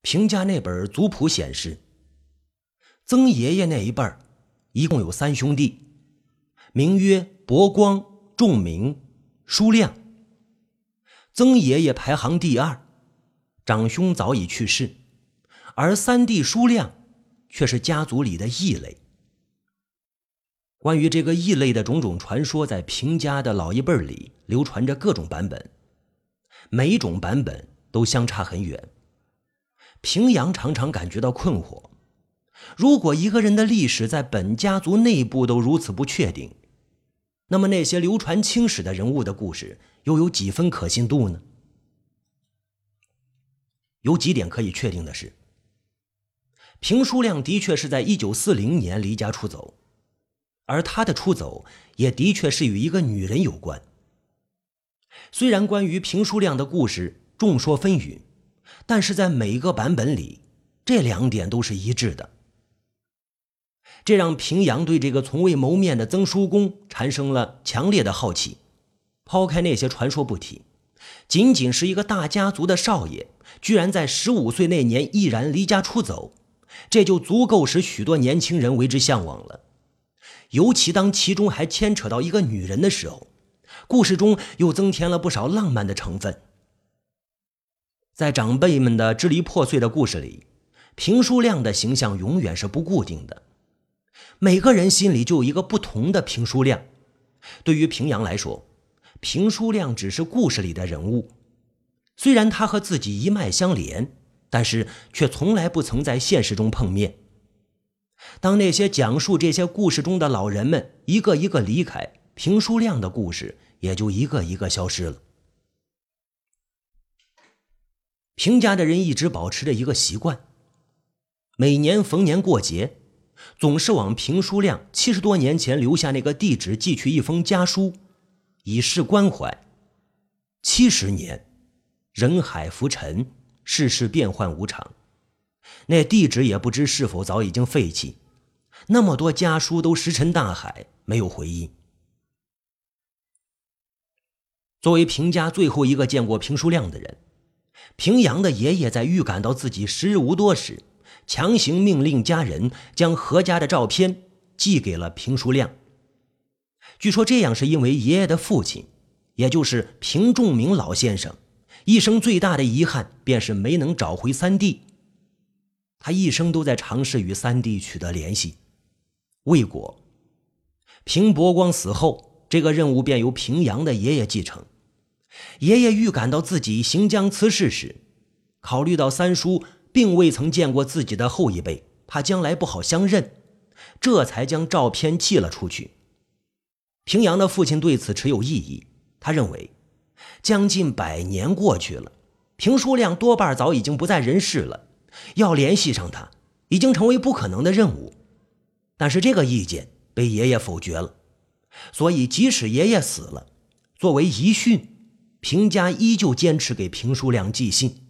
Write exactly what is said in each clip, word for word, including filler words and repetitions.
平家那本族谱显示，曾爷爷那一辈儿一共有三兄弟，名曰伯光、仲明、叔亮。曾爷爷排行第二，长兄早已去世，而三弟叔亮却是家族里的异类。关于这个异类的种种传说，在平家的老一辈里流传着各种版本，每一种版本都相差很远。平阳常常感觉到困惑，如果一个人的历史在本家族内部都如此不确定，那么那些流传青史的人物的故事又有几分可信度呢？有几点可以确定的是，平叔亮的确是在一九四零年离家出走，而他的出走也的确是与一个女人有关。虽然关于平叔亮的故事众说纷纭，但是在每个版本里，这两点都是一致的。这让平阳对这个从未谋面的曾叔公产生了强烈的好奇。抛开那些传说不提，仅仅是一个大家族的少爷，居然在十五岁那年毅然离家出走，这就足够使许多年轻人为之向往了。尤其当其中还牵扯到一个女人的时候，故事中又增添了不少浪漫的成分。在长辈们的支离破碎的故事里，平叔亮的形象永远是不固定的，每个人心里就有一个不同的平叔亮。对于平阳来说，平叔亮只是故事里的人物，虽然他和自己一脉相连，但是却从来不曾在现实中碰面。当那些讲述这些故事中的老人们一个一个离开，平叔亮的故事也就一个一个消失了。平家的人一直保持着一个习惯，每年逢年过节，总是往平叔亮七十多年前留下那个地址寄去一封家书，以示关怀。七十年，人海浮沉，世事变幻无常，那地址也不知是否早已经废弃，那么多家书都石沉大海，没有回音。作为平家最后一个见过平叔亮的人，平阳的爷爷在预感到自己时日无多时，强行命令家人将何家的照片寄给了平叔亮。据说这样是因为爷爷的父亲，也就是平仲明老先生，一生最大的遗憾便是没能找回三弟。他一生都在尝试与三弟取得联系，未果。平伯光死后，这个任务便由平阳的爷爷继承。爷爷预感到自己行将辞世时，考虑到三叔并未曾见过自己的后一辈，怕将来不好相认，这才将照片寄了出去。平阳的父亲对此持有异议，他认为将近百年过去了，平叔亮多半早已经不在人世了，要联系上他已经成为不可能的任务。但是这个意见被爷爷否决了，所以即使爷爷死了，作为遗训，平家依旧坚持给平叔亮寄信。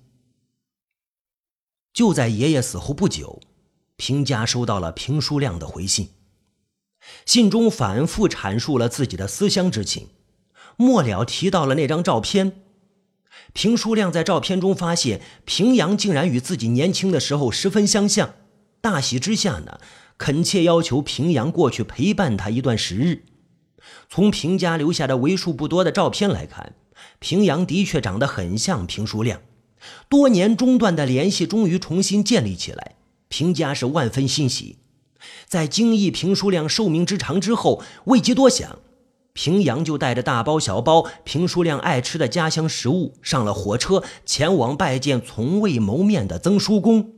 就在爷爷死后不久，平家收到了平叔亮的回信，信中反复阐述了自己的思乡之情，末了提到了那张照片。平叔亮在照片中发现平阳竟然与自己年轻的时候十分相像，大喜之下呢，恳切要求平阳过去陪伴他一段时日。从平家留下的为数不多的照片来看，平阳的确长得很像平叔亮。多年中断的联系终于重新建立起来，平家是万分欣喜。在惊异平叔亮寿命之长之后，未及多想，平阳就带着大包小包平叔亮爱吃的家乡食物上了火车，前往拜见从未谋面的曾叔公。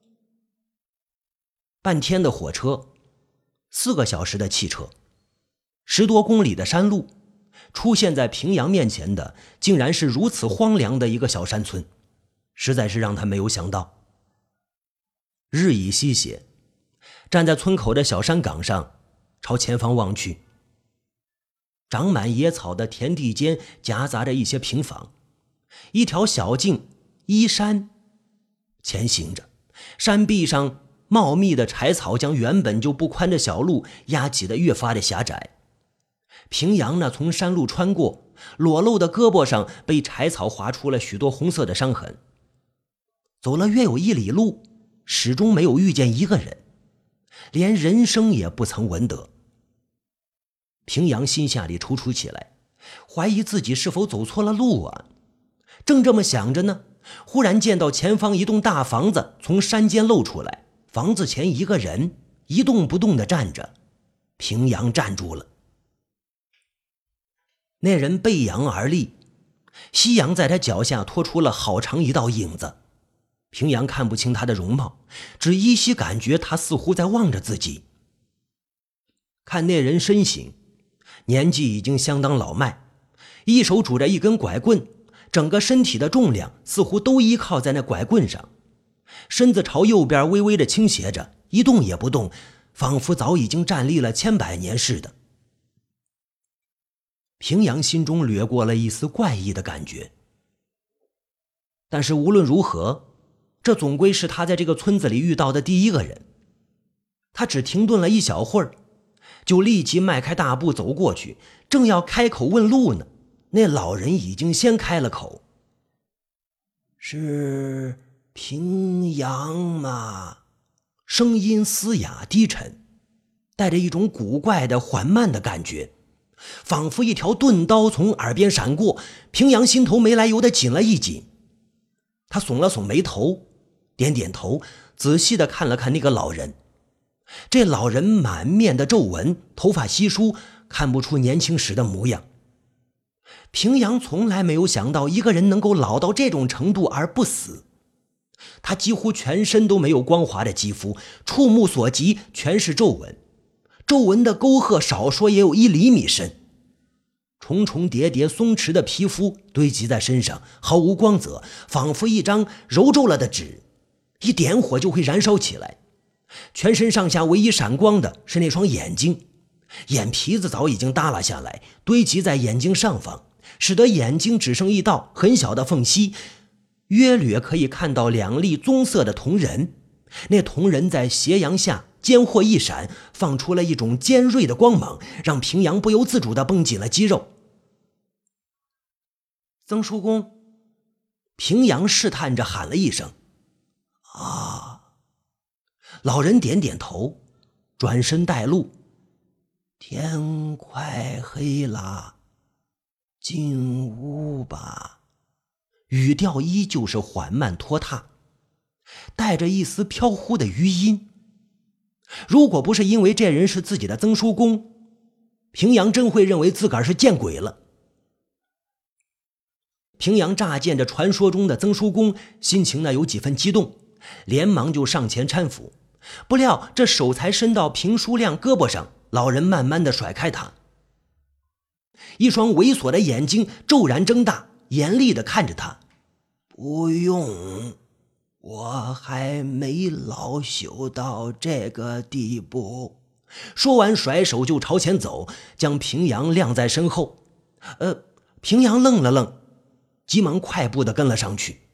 半天的火车，四个小时的汽车，十多公里的山路，出现在平阳面前的竟然是如此荒凉的一个小山村，实在是让他没有想到。日已西斜，站在村口的小山岗上，朝前方望去，长满野草的田地间夹杂着一些平房，一条小径依山前行着，山壁上茂密的柴草将原本就不宽的小路压挤得越发的狭窄。平阳呢，从山路穿过，裸露的胳膊上被柴草划出了许多红色的伤痕。 走了约有一里路，始终没有遇见一个人，连人声也不曾闻得。平阳心下里踌躇起来，怀疑自己是否走错了路啊。正这么想着呢，忽然见到前方一栋大房子从山间露出来，房子前一个人一动不动地站着。平阳站住了。那人背阳而立，夕阳在他脚下拖出了好长一道影子。平阳看不清他的容貌，只依稀感觉他似乎在望着自己。看那人身形，年纪已经相当老迈，一手拄着一根拐棍，整个身体的重量似乎都依靠在那拐棍上，身子朝右边微微的倾斜着，一动也不动，仿佛早已经站立了千百年似的。平阳心中掠过了一丝怪异的感觉，但是无论如何，这总归是他在这个村子里遇到的第一个人。他只停顿了一小会儿，就立即迈开大步走过去，正要开口问路呢，那老人已经先开了口：“是平阳吗？”声音嘶哑低沉，带着一种古怪的缓慢的感觉，仿佛一条钝刀从耳边闪过。平阳心头没来由的紧了一紧，他耸了耸眉头，点点头，仔细地看了看那个老人。这老人满面的皱纹，头发稀疏，看不出年轻时的模样。平阳从来没有想到一个人能够老到这种程度而不死。他几乎全身都没有光滑的肌肤，触目所及全是皱纹，皱纹的沟壑少说也有一厘米深，重重叠叠松弛的皮肤堆积在身上，毫无光泽，仿佛一张揉皱了的纸，一点火就会燃烧起来。全身上下唯一闪光的是那双眼睛，眼皮子早已经耷拉下来，堆积在眼睛上方，使得眼睛只剩一道很小的缝隙，约略可以看到两粒棕色的瞳仁。那瞳仁在斜阳下间或一闪，放出了一种尖锐的光芒，让平阳不由自主地绷紧了肌肉。曾叔公，平阳试探着喊了一声：“啊！”老人点点头，转身带路：“天快黑了，进屋吧。”语调依旧是缓慢拖沓，带着一丝飘忽的余音。如果不是因为这人是自己的曾叔公，平阳真会认为自个儿是见鬼了。平阳乍见着传说中的曾叔公，心情呢有几分激动，连忙就上前搀扶。不料这手才伸到平叔亮胳膊上，老人慢慢地甩开他，一双猥琐的眼睛骤然睁大，严厉地看着他：“不用，我还没老朽到这个地步。”说完甩手就朝前走，将平阳晾在身后。呃，平阳愣了愣，急忙快步地跟了上去。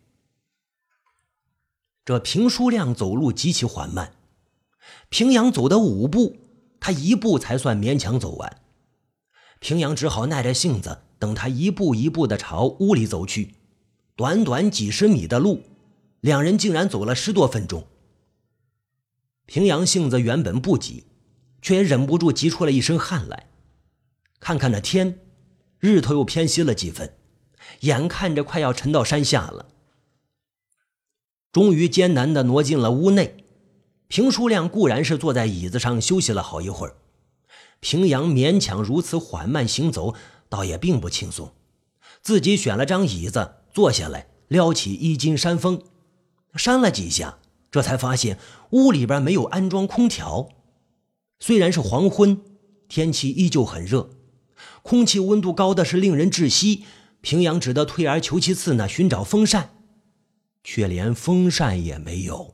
这平叔亮走路极其缓慢，平阳走的五步，他一步才算勉强走完。平阳只好耐着性子等他一步一步地朝屋里走去。短短几十米的路，两人竟然走了十多分钟。平阳性子原本不急，却也忍不住急出了一身汗来。看看那天，日头又偏西了几分，眼看着快要沉到山下了。终于艰难地挪进了屋内。平叔亮固然是坐在椅子上休息了好一会儿，平阳勉强如此缓慢行走，倒也并不轻松。自己选了张椅子坐下来，撩起衣襟扇风，扇了几下，这才发现屋里边没有安装空调。虽然是黄昏，天气依旧很热，空气温度高的是令人窒息。平阳只得退而求其次呢，寻找风扇，却连风扇也没有。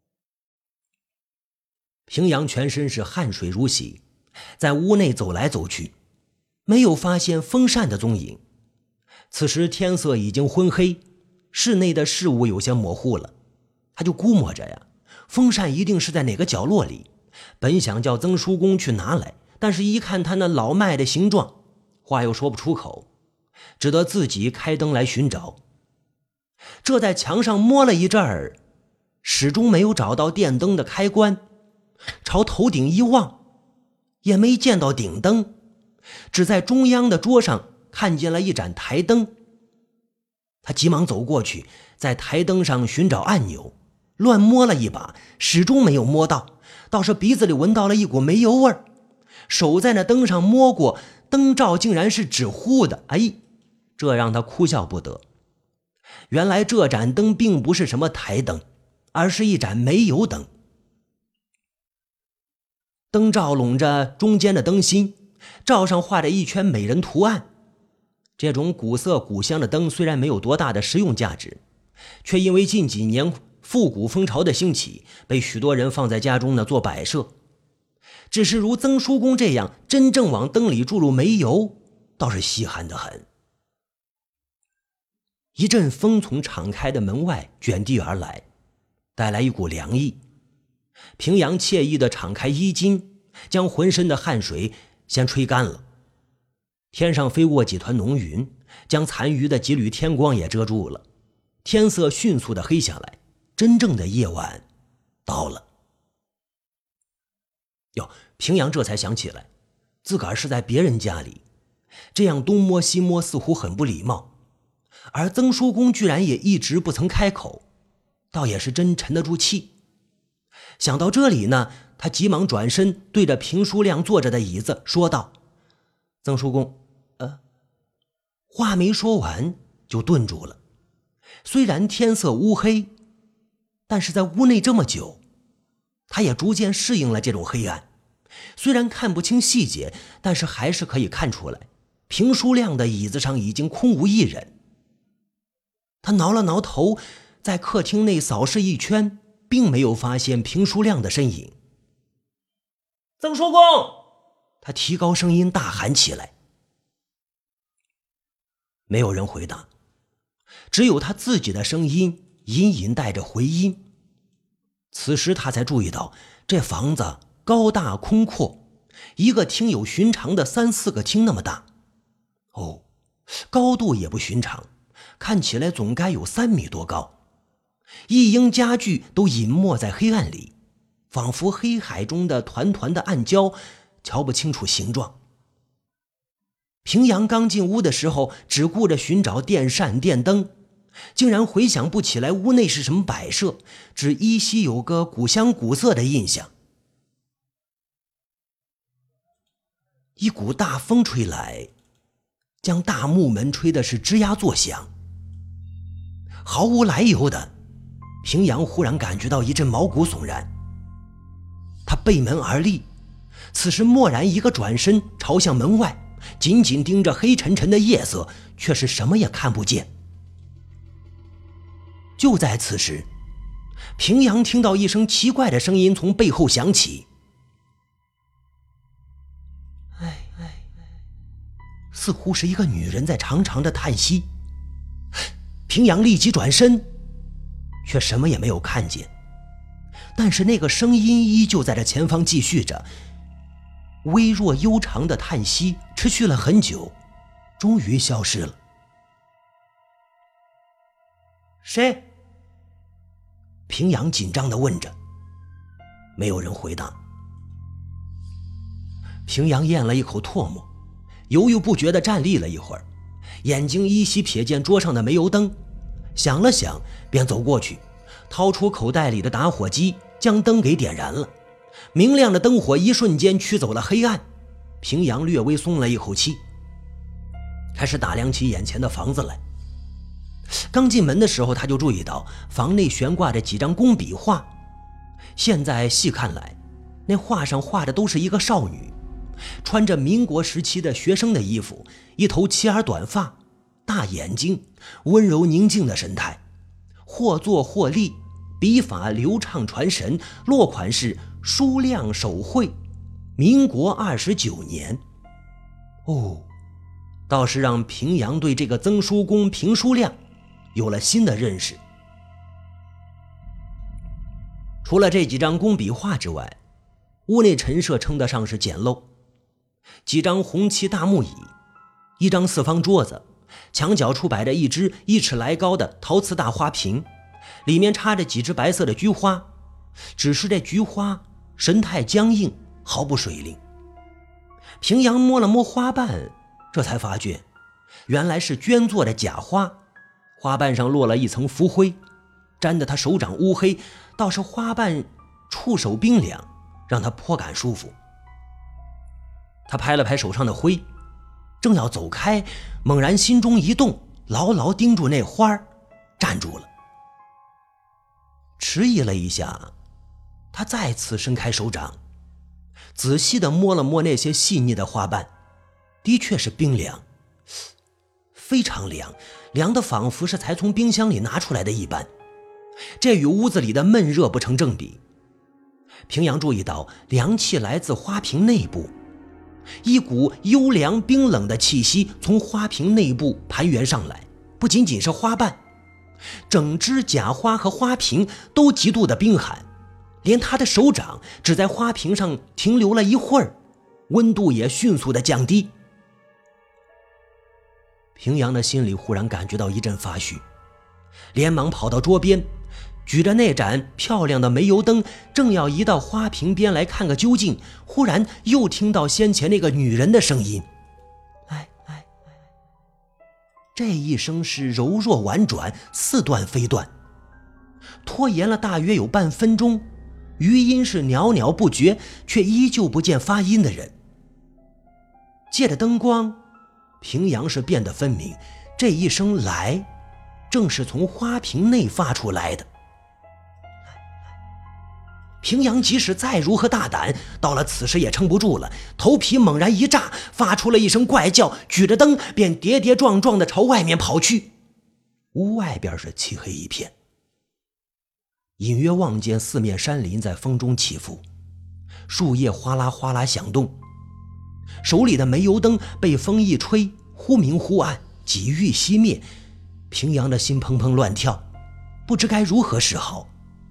平阳全身是汗水如洗，在屋内走来走去，没有发现风扇的踪影。此时天色已经昏黑，室内的事物有些模糊了，他就估摸着呀，风扇一定是在哪个角落里。本想叫曾叔公去拿来，但是一看他那老迈的形状，话又说不出口，只得自己开灯来寻找。 这在墙上摸了一阵儿，始终没有找到电灯的开关，朝头顶一望，也没见到顶灯，只在中央的桌上看见了一盏台灯。他急忙走过去，在台灯上寻找按钮，乱摸了一把，始终没有摸到，倒是鼻子里闻到了一股煤油味儿。手在那灯上摸过，灯罩竟然是纸糊的，哎，这让他哭笑不得。原来这盏灯并不是什么台灯，而是一盏煤油灯。灯罩拢着中间的灯芯，罩上画着一圈美人图案。这种古色古香的灯虽然没有多大的实用价值，却因为近几年复古风潮的兴起，被许多人放在家中呢做摆设。只是如曾叔公这样真正往灯里注入煤油，倒是稀罕得很。一阵风从敞开的门外卷地而来，带来一股凉意。平阳惬意地敞开衣襟，将浑身的汗水先吹干了。天上飞过几团浓云，将残余的几缕天光也遮住了。天色迅速地黑下来，真正的夜晚到了。哟，平阳这才想起来，自个儿是在别人家里，这样东摸西摸似乎很不礼貌。而曾叔公居然也一直不曾开口，倒也是真沉得住气。想到这里呢，他急忙转身对着平叔亮坐着的椅子说道：曾叔公，呃，话没说完就顿住了。虽然天色乌黑，但是在屋内这么久，他也逐渐适应了这种黑暗。虽然看不清细节，但是还是可以看出来，平叔亮的椅子上已经空无一人。他挠了挠头，在客厅内扫视一圈，并没有发现平叔亮的身影。曾叔公，他提高声音大喊起来。没有人回答，只有他自己的声音隐隐带着回音。此时他才注意到，这房子高大空阔，一个厅有寻常的三四个厅那么大。哦，高度也不寻常，看起来总该有三米多高。一应家具都隐没在黑暗里，仿佛黑海中的团团的暗礁，瞧不清楚形状。平阳刚进屋的时候，只顾着寻找电扇电灯，竟然回想不起来屋内是什么摆设，只依稀有个古香古色的印象。一股大风吹来，将大木门吹的是吱呀作响。毫无来由的，平阳忽然感觉到一阵毛骨悚然。他背门而立，此时蓦然一个转身，朝向门外，紧紧盯着黑沉沉的夜色，却是什么也看不见。就在此时，平阳听到一声奇怪的声音从背后响起。哎哎哎，似乎是一个女人在长长的叹息。平阳立即转身，却什么也没有看见，但是那个声音依旧在这前方继续着，微弱悠长的叹息持续了很久，终于消失了。谁？平阳紧张地问着。没有人回答。平阳咽了一口唾沫，犹豫不决地站立了一会儿，眼睛依稀瞥见桌上的煤油灯，想了想，便走过去，掏出口袋里的打火机，将灯给点燃了。明亮的灯火一瞬间驱走了黑暗，平阳略微松了一口气，开始打量起眼前的房子来。刚进门的时候，他就注意到房内悬挂着几张工笔画，现在细看来，那画上画的都是一个少女，穿着民国时期的学生的衣服，一头齐耳短发，大眼睛，温柔宁静的神态，或坐或立，笔法流畅传神，落款是书亮手绘，民国二十九年。哦，倒是让平阳对这个曾叔公平书亮有了新的认识。除了这几张工笔画之外，屋内陈设称得上是简陋，几张红漆大木椅，一张四方桌子， 墙角处摆着一只一尺来高的陶瓷大花瓶，里面插着几只白色的菊花，只是这菊花神态僵硬，毫不水灵。平阳摸了摸花瓣，这才发觉原来是捐做的假花，花瓣上落了一层浮灰，沾得他手掌乌黑，倒是花瓣触手冰凉，让他颇感舒服。他拍了拍手上的灰，正要走开，猛然心中一动，牢牢盯住那花儿，站住了。迟疑了一下，他再次伸开手掌，仔细地摸了摸那些细腻的花瓣，的确是冰凉，非常凉，凉得仿佛是才从冰箱里拿出来的一般，这与屋子里的闷热不成正比。平阳注意到凉气来自花瓶内部，一股幽凉冰冷的气息从花瓶内部盘旋上来，不仅仅是花瓣，整只假花和花瓶都极度的冰寒，连他的手掌只在花瓶上停留了一会儿，温度也迅速的降低。平阳的心里忽然感觉到一阵发虚，连忙跑到桌边，举着那盏漂亮的煤油灯，正要移到花瓶边来看个究竟，忽然又听到先前那个女人的声音，来来来，这一声是柔弱婉转，似断非断，拖延了大约有半分钟，余音是袅袅不绝，却依旧不见发音的人。借着灯光，平阳是变得分明，这一声来正是从花瓶内发出来的。平阳即使再如何大胆，到了此时也撑不住了，头皮猛然一炸，发出了一声怪叫，举着灯便跌跌撞撞地朝外面跑去。屋外边是漆黑一片，隐约望见四面山林在风中起伏，树叶哗啦哗啦响动，手里的煤油灯被风一吹，忽明忽暗，几欲熄灭。平阳的心砰砰乱跳，不知该如何是好。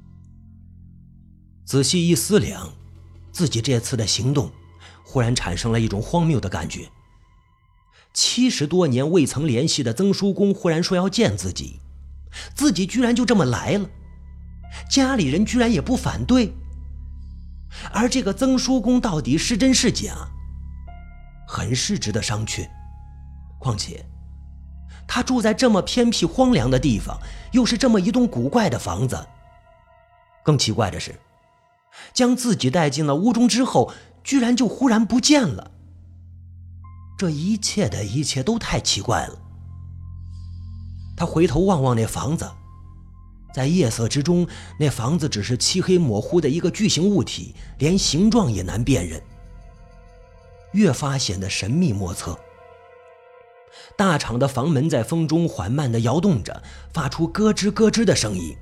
仔细一思量，自己这次的行动忽然产生了一种荒谬的感觉。七十多年未曾联系的曾叔公忽然说要见自己，自己居然就这么来了，家里人居然也不反对。而这个曾叔公到底是真是假，很是值得商榷。况且他住在这么偏僻荒凉的地方，又是这么一栋古怪的房子。更奇怪的是，将自己带进了屋中之后，居然就忽然不见了。这一切的一切都太奇怪了。他回头望望那房子，在夜色之中，那房子只是漆黑模糊的一个巨型物体，连形状也难辨认，越发显得神秘莫测。大敞的房门在风中缓慢地摇动着，发出咯吱咯吱的声音。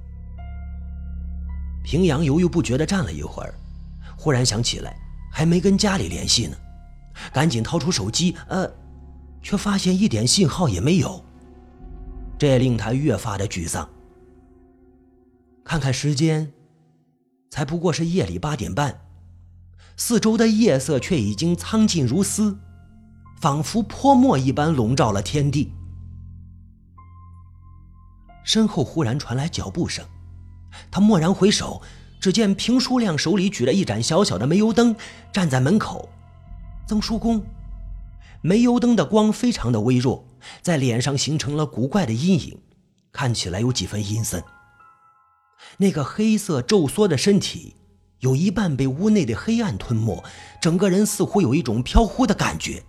平阳犹豫不决地站了一会儿，忽然想起来还没跟家里联系呢，赶紧掏出手机，呃，却发现一点信号也没有，这令他越发的沮丧。看看时间，才不过是夜里八点半，四周的夜色却已经苍劲如丝，仿佛泼墨一般笼罩了天地。身后忽然传来脚步声，他蓦然回首，只见平叔亮手里举着一盏小小的煤油灯，站在门口。曾叔公，煤油灯的光非常的微弱，在脸上形成了古怪的阴影，看起来有几分阴森。那个黑色皱缩的身体有一半被屋内的黑暗吞没，整个人似乎有一种飘忽的感觉。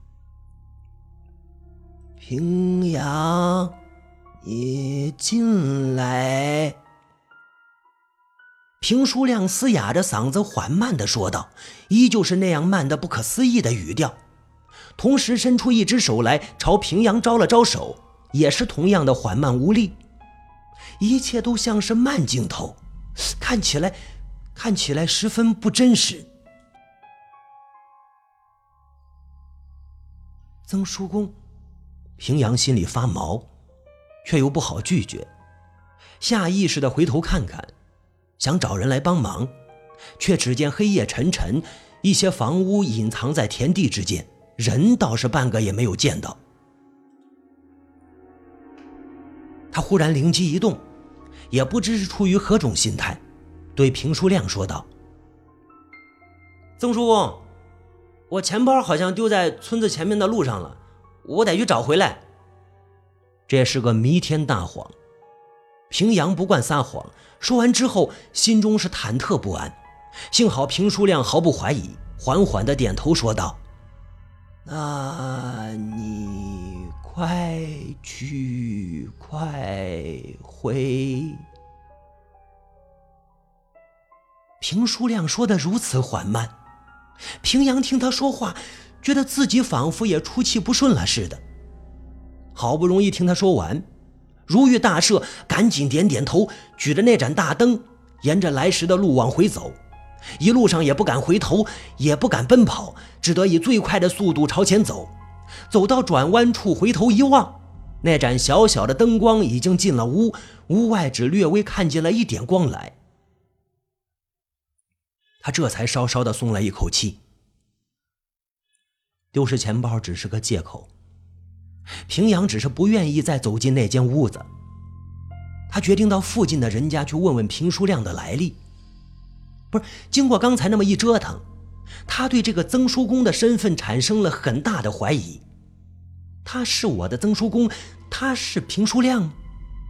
平阳，你进来。平叔亮嘶哑着嗓子缓慢地说道，依旧是那样慢得不可思议的语调，同时伸出一只手来朝平阳招了招手，也是同样的缓慢无力。一切都像是慢镜头，看起来看起来十分不真实。曾叔公，平阳心里发毛，却又不好拒绝，下意识地回头看看，想找人来帮忙，却只见黑夜沉沉，一些房屋隐藏在田地之间，人倒是半个也没有见到。 他忽然灵机一动，也不知是出于何种心态，对平叔亮说道：曾叔公，我钱包好像丢在村子前面的路上了，我得去找回来。这是个弥天大谎。平阳不惯撒谎，说完之后心中是忐忑不安，幸好平叔亮毫不怀疑，缓缓地点头说道：那你快去快回。平叔亮说得如此缓慢，平阳听他说话，觉得自己仿佛也出气不顺了似的。好不容易听他说完，如遇大赦，赶紧点点头，举着那盏大灯，沿着来时的路往回走。一路上也不敢回头，也不敢奔跑，只得以最快的速度朝前走。走到转弯处，回头一望，那盏小小的灯光已经进了屋，屋外只略微看见了一点光来。他这才稍稍地松了一口气。丢失钱包只是个借口，平阳只是不愿意再走进那间屋子。他决定到附近的人家去问问平叔亮的来历。不是，经过刚才那么一折腾，他对这个曾叔公的身份产生了很大的怀疑。他是我的曾叔公，他是平叔亮吗？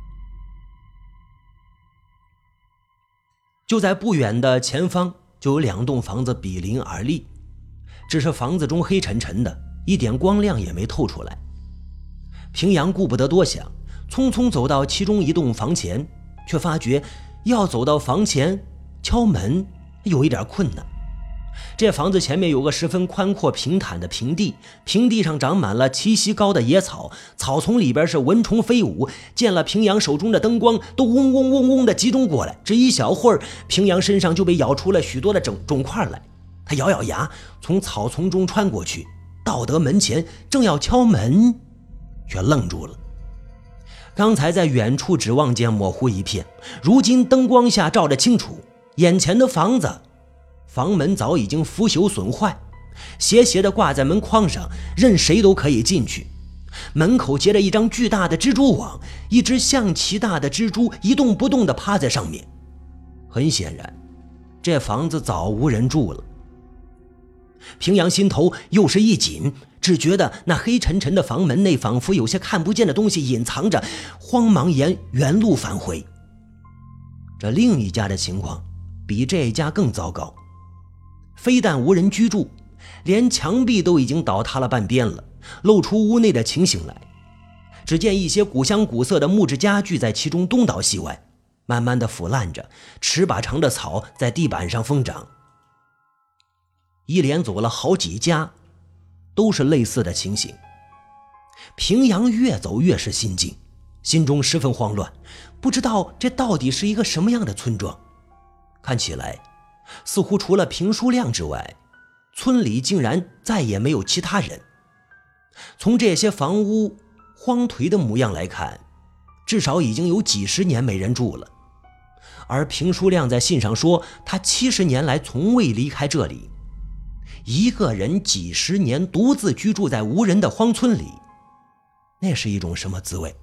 就在不远的前方，就有两栋房子比邻而立，只是房子中黑沉沉的，一点光亮也没透出来。平阳顾不得多想，匆匆走到其中一栋房前，却发觉要走到房前敲门有一点困难。这房子前面有个十分宽阔平坦的平地，平地上长满了齐膝高的野草，草丛里边是蚊虫飞舞，见了平阳手中的灯光都嗡嗡嗡嗡的集中过来，只一小会儿，平阳身上就被咬出了许多的肿肿块来。他咬咬牙，从草丛中穿过去，到得门前，正要敲门，却愣住了。刚才在远处只望见模糊一片，如今灯光下照着清楚，眼前的房子房门早已经腐朽损坏，斜斜地挂在门框上，任谁都可以进去。门口结着一张巨大的蜘蛛网，一只象棋大的蜘蛛一动不动地趴在上面。很显然，这房子早无人住了。平阳心头又是一紧，只觉得那黑沉沉的房门内仿佛有些看不见的东西隐藏着，慌忙沿原路返回。这另一家的情况比这一家更糟糕，非但无人居住，连墙壁都已经倒塌了半边了，露出屋内的情形来。只见一些古香古色的木质家具在其中东倒西歪，慢慢的腐烂着，尺把长的草在地板上疯长。一连走了好几家，都是类似的情形。平阳越走越是心惊，心中十分慌乱，不知道这到底是一个什么样的村庄。看起来似乎除了平叔亮之外，村里竟然再也没有其他人。从这些房屋荒颓的模样来看，至少已经有几十年没人住了。而平叔亮在信上说，他七十年来从未离开这里。一个人几十年独自居住在无人的荒村里，那是一种什么滋味？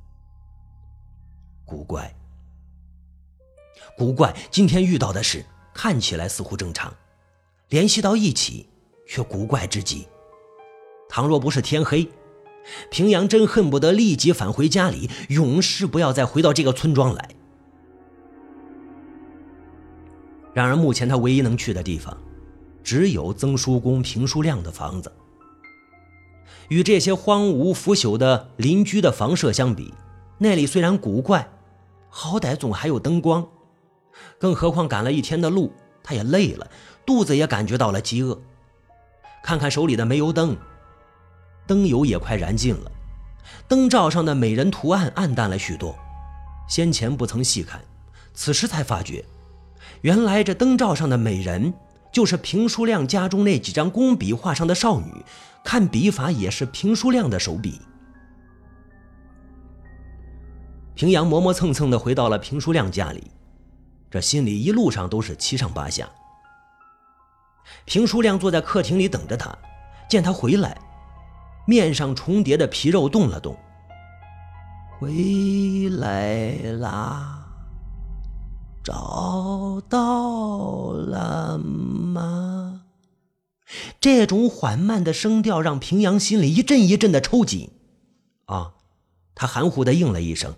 古怪，古怪，今天遇到的事看起来似乎正常，联系到一起却古怪之极。倘若不是天黑，平阳真恨不得立即返回家里，永世不要再回到这个村庄来。然而目前他唯一能去的地方，只有曾叔公平叔亮的房子。与这些荒芜腐朽的邻居的房舍相比，那里虽然古怪，好歹总还有灯光。更何况赶了一天的路，他也累了，肚子也感觉到了饥饿。看看手里的煤油灯，灯油也快燃尽了，灯罩上的美人图案暗淡了许多。先前不曾细看，此时才发觉，原来这灯罩上的美人就是平叔亮家中那几张工笔画上的少女，看笔法也是平叔亮的手笔。平阳磨磨蹭蹭地回到了平叔亮家里，这心里一路上都是七上八下。平叔亮坐在客厅里等着他，见他回来，面上重叠的皮肉动了动。 回来啦，找到了吗？这种缓慢的声调让平阳心里一阵一阵的抽紧。啊，他含糊地应了一声：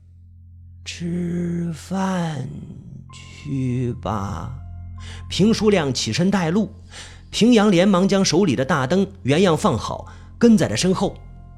吃饭去吧。平叔亮起身带路，平阳连忙将手里的大灯原样放好，跟在他身后。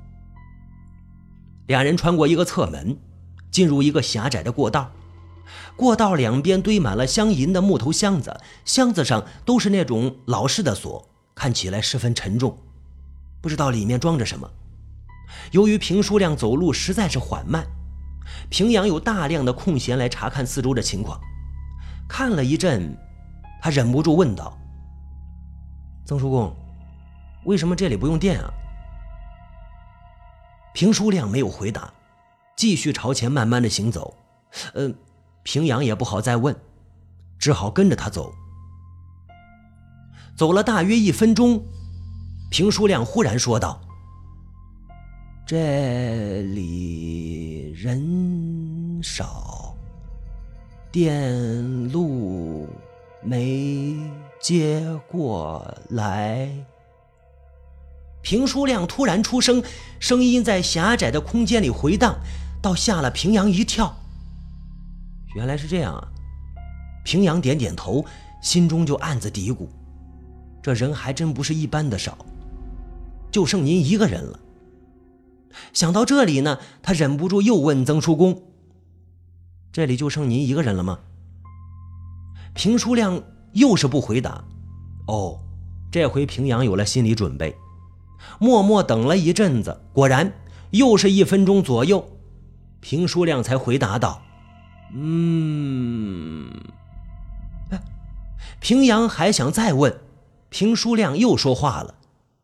两人穿过一个侧门，进入一个狭窄的过道。过道两边堆满了镶银的木头箱子，箱子上都是那种老式的锁，看起来十分沉重，不知道里面装着什么。由于平叔亮走路实在是缓慢，平阳有大量的空闲来查看四周的情况。看了一阵，他忍不住问道：曾叔公，为什么这里不用电啊？平叔亮没有回答，继续朝前慢慢的行走。呃，平阳也不好再问，只好跟着他走。走了大约一分钟，平叔亮忽然说道：这里人少，电路没接过来。平叔亮突然出声，声音在狭窄的空间里回荡，倒吓了平阳一跳。原来是这样啊！平阳点点头，心中就暗自嘀咕：这人还真不是一般的少，就剩您一个人了。想到这里呢，他忍不住又问曾叔公：这里就剩您一个人了吗？平叔亮又是不回答。哦，这回平阳有了心理准备，默默等了一阵子，果然又是一分钟左右，平叔亮才回答道：嗯。平阳还想再问，平叔亮又说话了：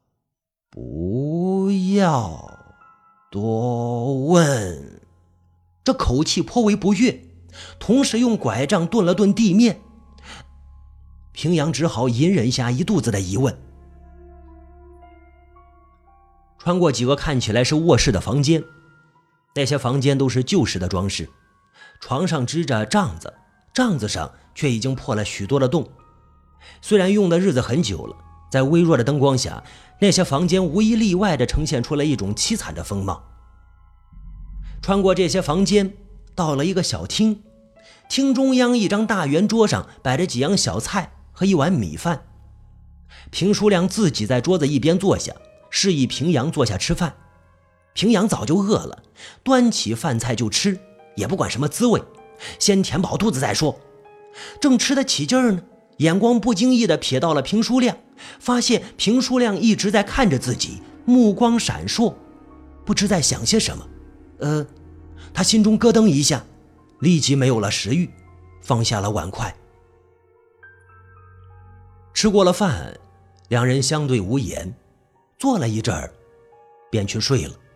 不要多问。这口气颇为不悦，同时用拐杖顿了顿地面。平阳只好隐忍下一肚子的疑问。穿过几个看起来是卧室的房间，那些房间都是旧式的装饰，床上支着帐子，帐子上却已经破了许多的洞。虽然用的日子很久了，在微弱的灯光下，那些房间无一例外地呈现出了一种凄惨的风貌。穿过这些房间，到了一个小厅，厅中央一张大圆桌上摆着几样小菜和一碗米饭。平叔亮自己在桌子一边坐下，示意平阳坐下吃饭。平阳早就饿了，端起饭菜就吃，也不管什么滋味，先填饱肚子再说。正吃得起劲儿呢，眼光不经意地瞥到了平叔亮，发现平叔亮一直在看着自己，目光闪烁，不知在想些什么。呃，他心中咯噔一下，立即没有了食欲，放下了碗筷。吃过了饭，两人相对无言，坐了一阵儿，便去睡了。